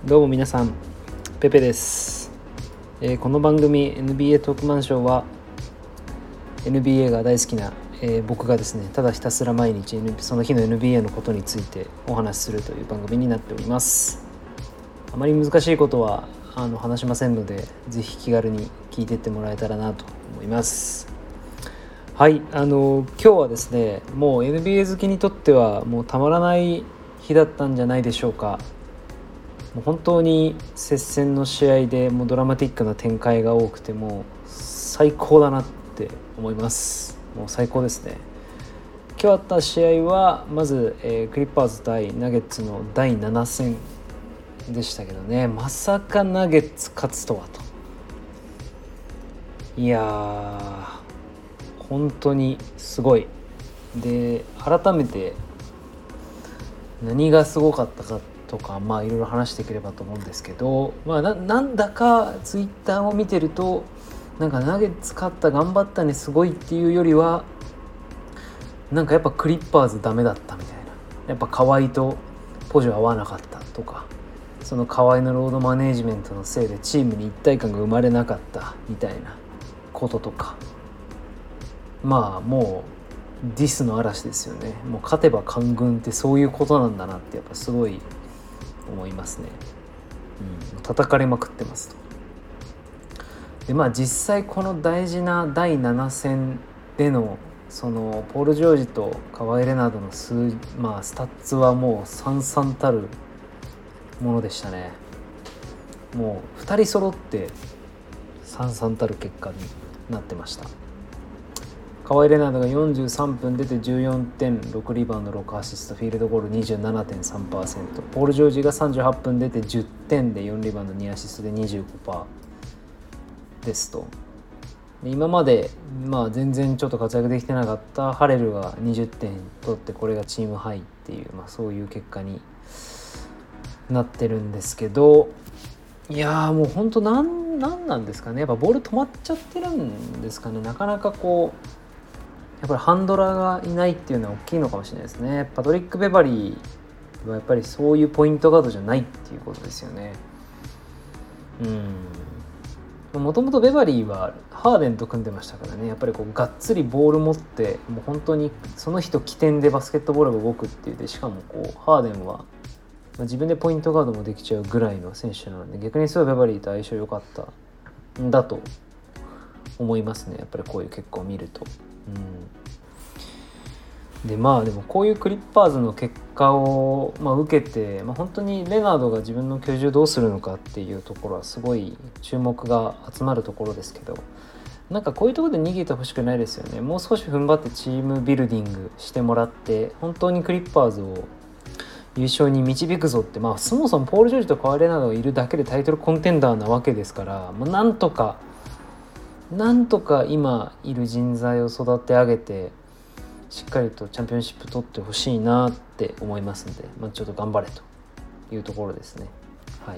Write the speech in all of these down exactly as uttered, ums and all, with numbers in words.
どうも皆さん、ペペです。えーこの番組 エヌビーエー トークマンショーは エヌビーエー が大好きな、えー僕がですねただひたすら毎日 N- その日の エヌビーエー のことについてお話しするという番組になっております。あまり難しいことはあの話しませんので、ぜひ気軽に聞いていってもらえたらなと思います。はい、あの今日はですね、もう エヌビーエー 好きにとってはもうたまらない日だったんじゃないでしょうか。もう本当に接戦の試合でもうドラマティックな展開が多くて、もう最高だなって思います。もう最高ですね。今日あった試合はまず、えー、クリッパーズ対ナゲッツのだいなな戦でしたけどね、まさかナゲッツ勝つとはと。いやー本当にすごい。で改めて何がすごかったかとか、まあいろいろ話していければと思うんですけど、まあ な, なんだかツイッターを見てると、なんかナゲッツ勝った頑張ったねすごいっていうよりは、なんかやっぱクリッパーズダメだったみたいな、やっぱ河合とポジョ合わなかったとか、その河合のロードマネージメントのせいでチームに一体感が生まれなかったみたいなこととか、まあもうディスの嵐ですよね。もう勝てば官軍ってそういうことなんだなってやっぱすごい思いますね。うん、叩かれまくってますと。でまあ実際この大事なだいなな戦でのそのポール・ジョージとカワイ・レナードの数、まあ、スタッツはもう惨々たるものでしたね。もうふたり揃って惨々たる結果になってました。カワイ・レナードがよんじゅうさんぷん出てじゅうよんてん、ろくリバウンド、ろくアシスト、フィールドゴール にじゅうななてんさんパーセント、 ポール・ジョージがさんじゅうはっぷん出てじゅってんでよんリバウンド、にアシストで にじゅうごパーセント ですと。で今まで、まあ、全然ちょっと活躍できてなかったハレルがにじゅってん取って、これがチームハイっていう、まあ、そういう結果になってるんですけど、いやーもう本当なんなんなんですかね。やっぱボール止まっちゃってるんですかね。なかなかこうやっぱりハンドラーがいないっていうのは大きいのかもしれないですね。パトリック・ベバリーはやっぱりそういうポイントガードじゃないっていうことですよね。うんもともとベバリーはハーデンと組んでましたからね。やっぱりこうがっつりボール持って、もう本当にその人起点でバスケットボールが動くっていうで、しかもこうハーデンは自分でポイントガードもできちゃうぐらいの選手なので、逆にすごいベバリーと相性良かったんだと思いますね。やっぱりこういう結果を見ると。うん、でまあでもこういうクリッパーズの結果を、まあ、受けて、まあ、本当にレナードが自分の居住どうするのかっていうところはすごい注目が集まるところですけど、なんかこういうところで逃げてほしくないですよね。もう少し踏ん張ってチームビルディングしてもらって、本当にクリッパーズを優勝に導くぞって、まあそもそもポール・ジョージとカワイ・レナードがいるだけでタイトルコンテンダーなわけですから、まあ、なんとかなんとか今いる人材を育て上げて、しっかりとチャンピオンシップ取ってほしいなって思いますので、まあ、ちょっと頑張れというところですね。はい。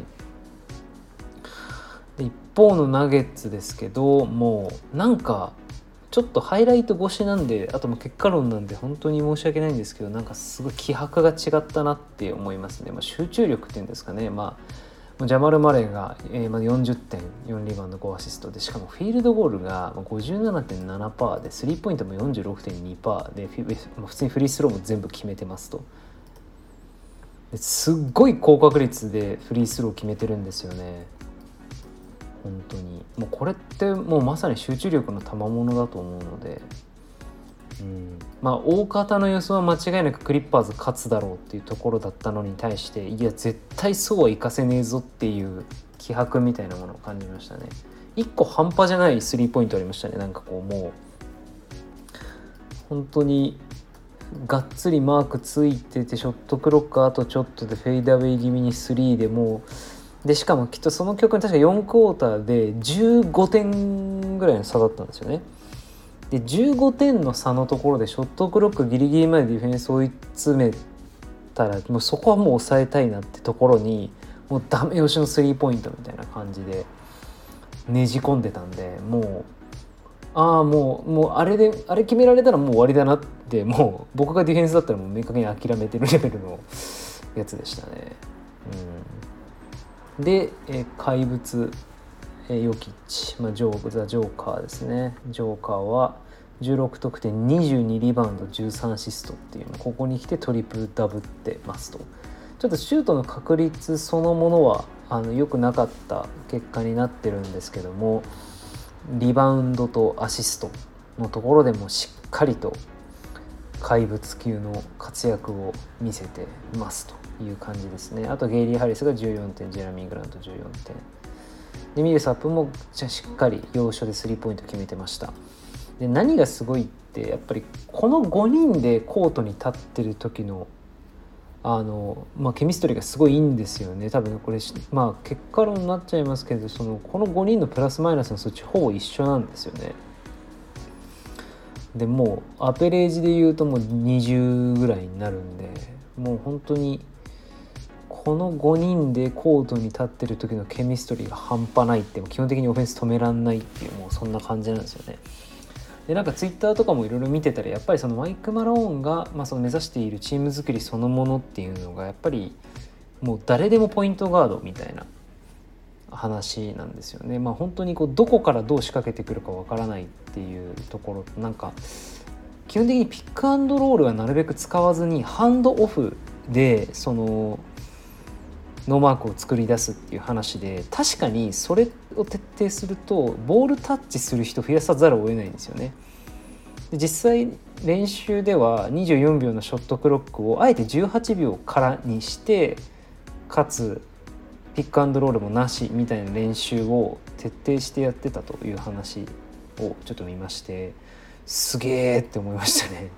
で一方のナゲッツですけど、もうなんかちょっとハイライト越しなんで、あとも結果論なんで本当に申し訳ないんですけど、なんかすごい気迫が違ったなって思いますね。まあ、集中力っていうんですかね。まあジャマル・マレーが、えー、まあよんじゅってん、よんリバウンド、ごアシストで、しかもフィールドゴールが ごじゅうななてんななパーセント で、スリーポイントも よんじゅうろくてんにパーセント で、普通にフリースローも全部決めてますと。ですっごい高確率でフリースロー決めてるんですよね。本当にもうこれってもうまさに集中力の賜物だと思うので、うん、まあ大方の予想は間違いなくクリッパーズ勝つだろうっていうところだったのに対して、いや絶対そうはいかせねえぞっていう気迫みたいなものを感じましたね。一個半端じゃないスリーポイントありましたね。なんかこうもう本当にがっつりマークついてて、ショットクロックあとちょっとでフェイダーウェイ気味にスリーで、もうでしかもきっとその曲に確かよんクォーターでじゅうごてんぐらいの差だったんですよね。でじゅうごてんの差のところでショットクロックギリギリまでディフェンス追い詰めたら、もうそこはもう抑えたいなってところに、もうダメ押しのスリーポイントみたいな感じでねじ込んでたんで、もうああもうもうあれであれ決められたらもう終わりだなって、もう僕がディフェンスだったらもう明確に諦めてるレベルのやつでしたね。うんで、えー、怪物、えー、ヨキッチ、まあ、ジョーザ・ジョーカーですね。ジョーカーはじゅうろく得点にじゅうにリバウンドじゅうさんアシストっていうの、ここに来てトリプルダブってますと。ちょっとシュートの確率そのものはあの良くなかった結果になってるんですけども、リバウンドとアシストのところでもしっかりと怪物級の活躍を見せてますという感じですね。あとゲイリー・ハリスがじゅうよんてん、ジェラミー・グラントじゅうよんてんで、ミルサップもしっかり要所でスリーポイント決めてました。で、何がすごいってやっぱりこのごにんでコートに立ってる時のあの、まあ、ケミストリーがすごいいいんですよね。多分これ、まあ、結果論になっちゃいますけど、そのこのごにんのプラスマイナスの数値ほぼ一緒なんですよね。でもうアベレージで言うともうにじゅうぐらいになるんで、もう本当にこのごにんでコートに立ってる時のケミストリーが半端ないって、基本的にオフェンス止めらんないっていう、もうそんな感じなんですよね。で、なんかツイッターとかもいろいろ見てたら、やっぱりそのマイク・マローンが、まあ、その目指しているチーム作りそのものっていうのがやっぱりもう誰でもポイントガードみたいな話なんですよね。まあ本当にこうどこからどう仕掛けてくるかわからないっていうところ、なんか基本的にピックアンドロールはなるべく使わずにハンドオフでそのノーマークを作り出すっていう話で、確かにそれを徹底するとボールタッチする人増やさざるを得ないんですよね。で、実際練習ではにじゅうよんびょうのショットクロックをあえてじゅうはちびょうからにして、かつピックアンドロールもなしみたいな練習を徹底してやってたという話をちょっと見まして、すげーって思いましたね。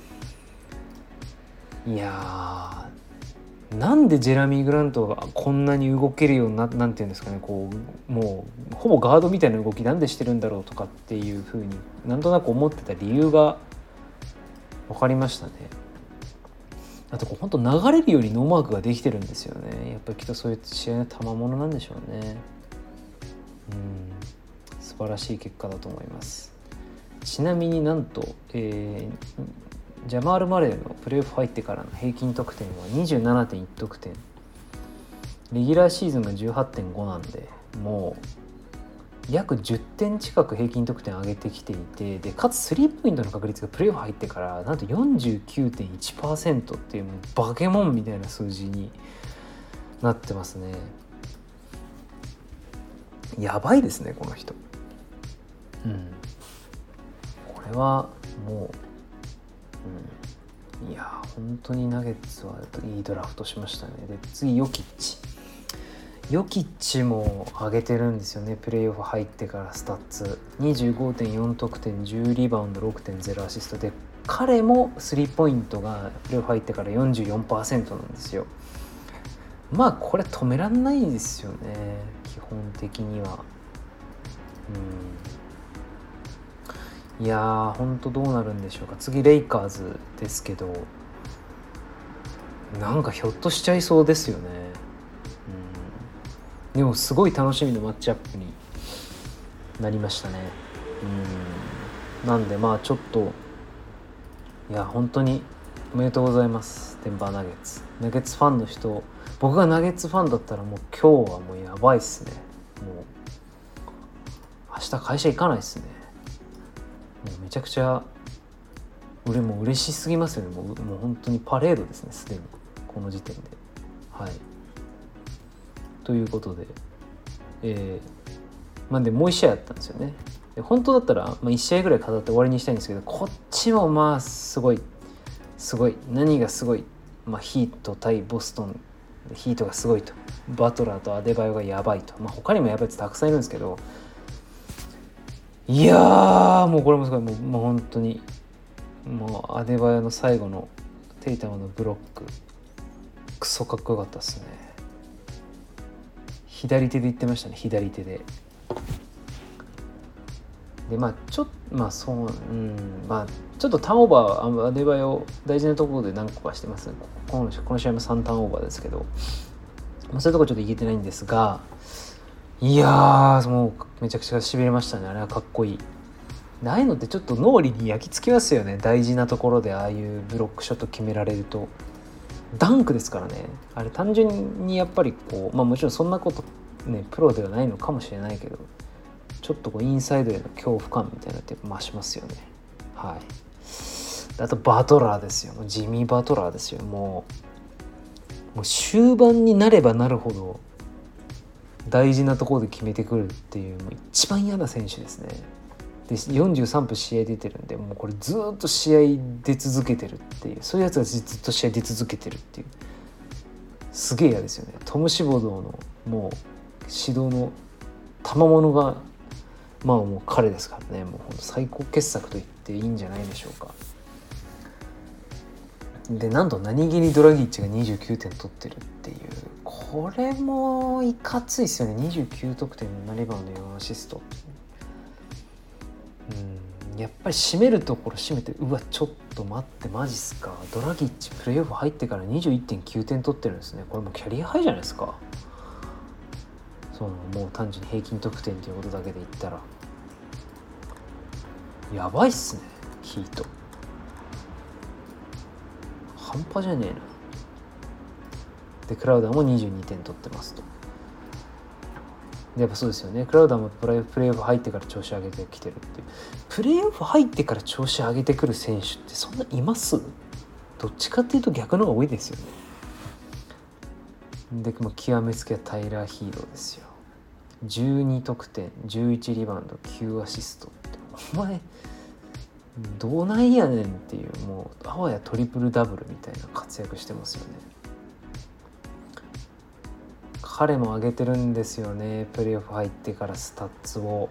いやー、なんでジェラミー・グラントがこんなに動けるようにな、なんていうんですかね、こうもうほぼガードみたいな動きなんでしてるんだろうとかっていうふうになんとなく思ってた理由が分かりましたね。あとこう本当流れるようにノーマークができてるんですよね。やっぱりきっとそういう試合の賜物なんでしょうね。うん、素晴らしい結果だと思います。ちなみになんと、えー、ジャマール・マレーのプレーオフ入ってからの平均得点は にじゅうななてんいち 得点、レギュラーシーズンが じゅうはちてんご なんで、もう約じゅってん近く平均得点上げてきていて、でかつスリーポイントの確率がプレーオフ入ってからなんと よんじゅうきゅうてんいちパーセント っていう、もうバケモンみたいな数字になってますね。やばいですねこの人。うん、これはもう、うん、いや本当にナゲッツはいいドラフトしましたね。で次ヨキッチヨキッチも上げてるんですよね。プレーオフ入ってからスタッツ にじゅうごてんよん 得点、じゅうリバウンド ろくてんゼロ アシストで、彼もスリーポイントがプレーオフ入ってから よんじゅうよんパーセント なんですよ。まあこれ止めらんないですよね基本的には。うん、いやー本当どうなるんでしょうか。次レイカーズですけど、なんかひょっとしちゃいそうですよね。うん、でもすごい楽しみのマッチアップになりましたね。うん、なんでまあちょっと、いや本当におめでとうございますデンバーナゲッツ。ナゲッツファンの人、僕がナゲッツファンだったらもう今日はもうやばいっすね。もう明日会社行かないっすね。もうめちゃくちゃ俺もう嬉しすぎますよね。もう、もう本当にパレードですねすでにこの時点で。はい、ということで、えー、まあでもういち試合あったんですよね。で本当だったら、まあ、いち試合ぐらい語って終わりにしたいんですけど、こっちもまあすごいすごい何がすごい、まあ、ヒート対ボストン、ヒートがすごいと、バトラーとアデバヨがやばいと、まあ、他にもやばいやつたくさんいるんですけど、いやーもうこれもすごい、もう、もう本当にもうアデバヨの最後のテイタムのブロッククソかっこよかったですね。左手で言ってましたね、左手で。でまあちょっとまあそう、うん、まあちょっとターンオーバー、アデバヨ大事なところで何個かしてます、ね、このこの試合もさんターンオーバーですけど、まあ、そういうところちょっといけてないんですが、いやーもうめちゃくちゃしびれましたね。あれはかっこいい。ああいうのってちょっと脳裏に焼き付きますよね。大事なところでああいうブロックショット決められると、 ダンクですからね。あれ単純にやっぱりこう、まあもちろんそんなことねプロではないのかもしれないけど、ちょっとこうインサイドへの恐怖感みたいなのって増しますよね。はい。あとバトラーですよ。ジミー・バトラーですよ。もうもう終盤になればなるほど大事なところで決めてくるっていう、もう一番嫌な選手ですね。でよんじゅうさんぷん試合出てるんで、もうこれずっと試合出続けてるっていう、そういうやつがずっと試合出続けてるっていう、すげえ嫌ですよね。トム・シボドーのもう指導の賜物がまあもう彼ですからね。もう本当最高傑作と言っていいんじゃないでしょうか。でなんと何気にドラギッチがにじゅうきゅうてん取ってるっていう、これもいかついですよね。にじゅうきゅう得点ななリバウンドよんアシスト。うん、やっぱり締めるところ締めて、うわちょっと待ってマジっすか、ドラギッチプレーオフ入ってから にじゅういってんきゅうてん取ってるんですね。これもうキャリアハイじゃないですか。そうもう単純に平均得点ということだけで言ったらやばいっすね。ヒート半端じゃねえな。でクラウダーもにじゅうにてん取ってますと。でやっぱそうですよね。クラウダーもプレーオフ入ってから調子上げてきてるっていう。プレーオフ入ってから調子上げてくる選手ってそんないます？どっちかっていうと逆の方が多いですよね。でも極めつけはタイラー・ヒーローですよ。じゅうに得点じゅういちリバウンドきゅうアシストって、お前どうなんやねんっていう、もうあわやトリプルダブルみたいな活躍してますよね。彼も上げてるんですよね。プレーオフ入ってからスタッツを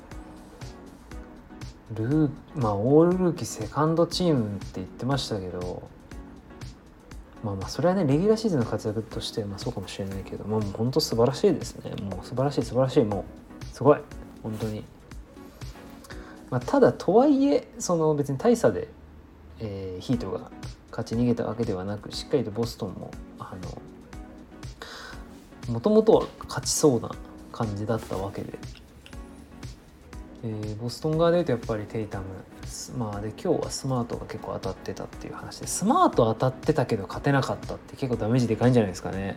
ルーまあオールルーキーセカンドチームって言ってましたけど、まあまあそれはねレギュラーシーズンの活躍としてまあそうかもしれないけど、まあもう本当素晴らしいですね。もう素晴らしい素晴らしい、もうすごい本当に。まあ、ただとはいえその別に大差で、えー、ヒートが勝ち逃げたわけではなく、しっかりとボストンもあのもともとは勝ちそうな感じだったわけで、えー、ボストン側でいうとやっぱりテイタム、まあで今日はスマートが結構当たってたっていう話で、スマート当たってたけど勝てなかったって結構ダメージでかいんじゃないですかね。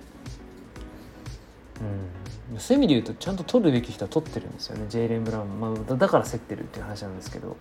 うん、そういう意味で言うとちゃんと取るべき人は取ってるんですよね。ジェイレン・ブラウン、まあ、だから競ってるっていう話なんですけど、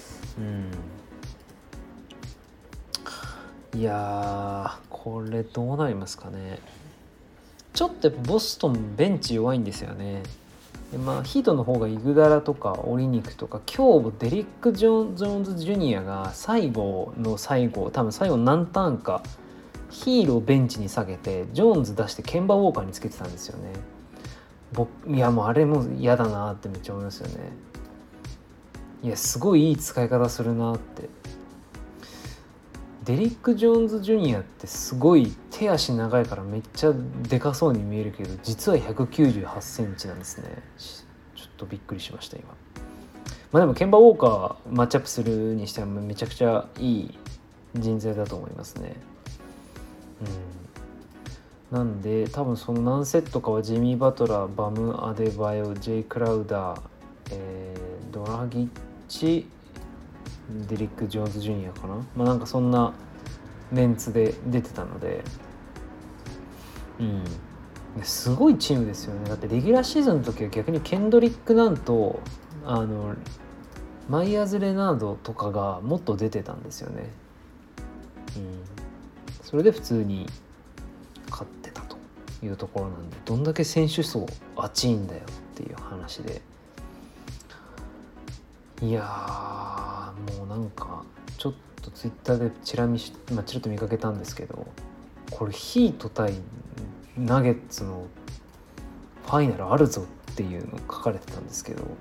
うん、いやーこれどうなりますかね。ちょっとやっぱボストンベンチ弱いんですよね。でまあヒートの方がイグダラとかオリニクとか、今日もデリック・ジョーンズ・ジュニアが最後の最後多分最後何ターンかヒーローベンチに下げてジョーンズ出してケンバ・ウォーカーにつけてたんですよね。僕いやもうあれも嫌だなってめっちゃ思いますよね。いやすごいいい使い方するなって。デリック・ジョーンズ・ジュニアってすごい手足長いからめっちゃでかそうに見えるけど、実はひゃくきゅうじゅうはちセンチなんですね。ちょっとびっくりしました今。まあでもケンバ・ウォーカーマッチアップするにしてはめちゃくちゃいい人材だと思いますね。うん、なんで多分その何セットかはジミー・バトラー、バム・アデバヨ、ジェイ・クラウダー、えー、ドラギッチ、デリック・ジョーンズ・ジュニアかな、まあなんかそんなメンツで出てたので、うん、すごいチームですよね。だってレギュラーシーズンの時は逆にケンドリック・ナンとあのマイヤーズ・レナードとかがもっと出てたんですよね。うん、それで普通に勝ってたというところなんで、どんだけ選手層厚いんだよっていう話で、いやーもうなんかちょっとツイッターでチラ見し、まあ、チラッと見かけたんですけど、これヒート対ナゲッツのファイナルあるぞっていうの書かれてたんですけど、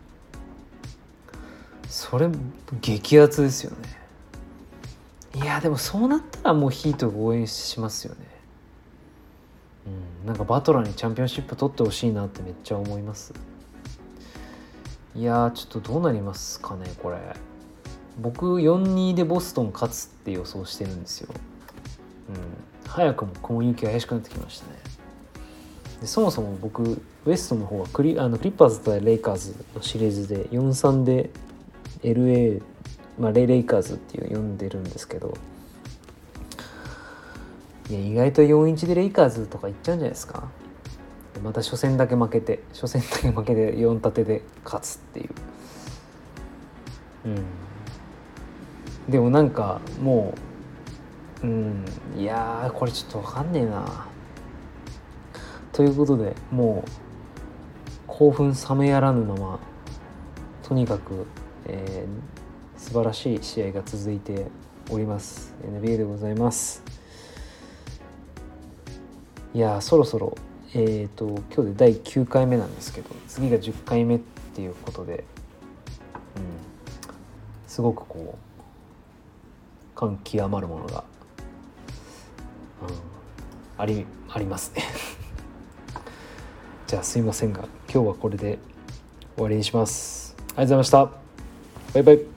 それ激アツですよね。いやでもそうなったらもうヒートを応援しますよね。うん、なんかバトラーにチャンピオンシップ取ってほしいなってめっちゃ思います。いやーちょっとどうなりますかねこれ。僕 よんたいに でボストン勝つって予想してるんですよ。うん、早くも雲行き怪しくなってきましたね。でそもそも僕ウエストの方はクリ、あのクリッパーズ対レイカーズのシリーズで よんたいさん で エルエー、まあ、レイレイカーズっていう呼んでるんですけど、 いや意外とよんいちでレイカーズとかいっちゃうんじゃないですか。また初戦だけ負けて初戦だけ負けてよん立てで勝つっていう。うんでもなんかもううんいやーこれちょっと分かんねえな。ということでもう興奮冷めやらぬままとにかく、えー、素晴らしい試合が続いております。 エヌビーエー でございます。いやそろそろえーと今日でだいきゅうかいめなんですけど、次がじゅっかいめっていうことで、うん、すごくこう感極まるものが、うん、ありありますねじゃあすいませんが今日はこれで終わりにします。ありがとうございました。バイバイ。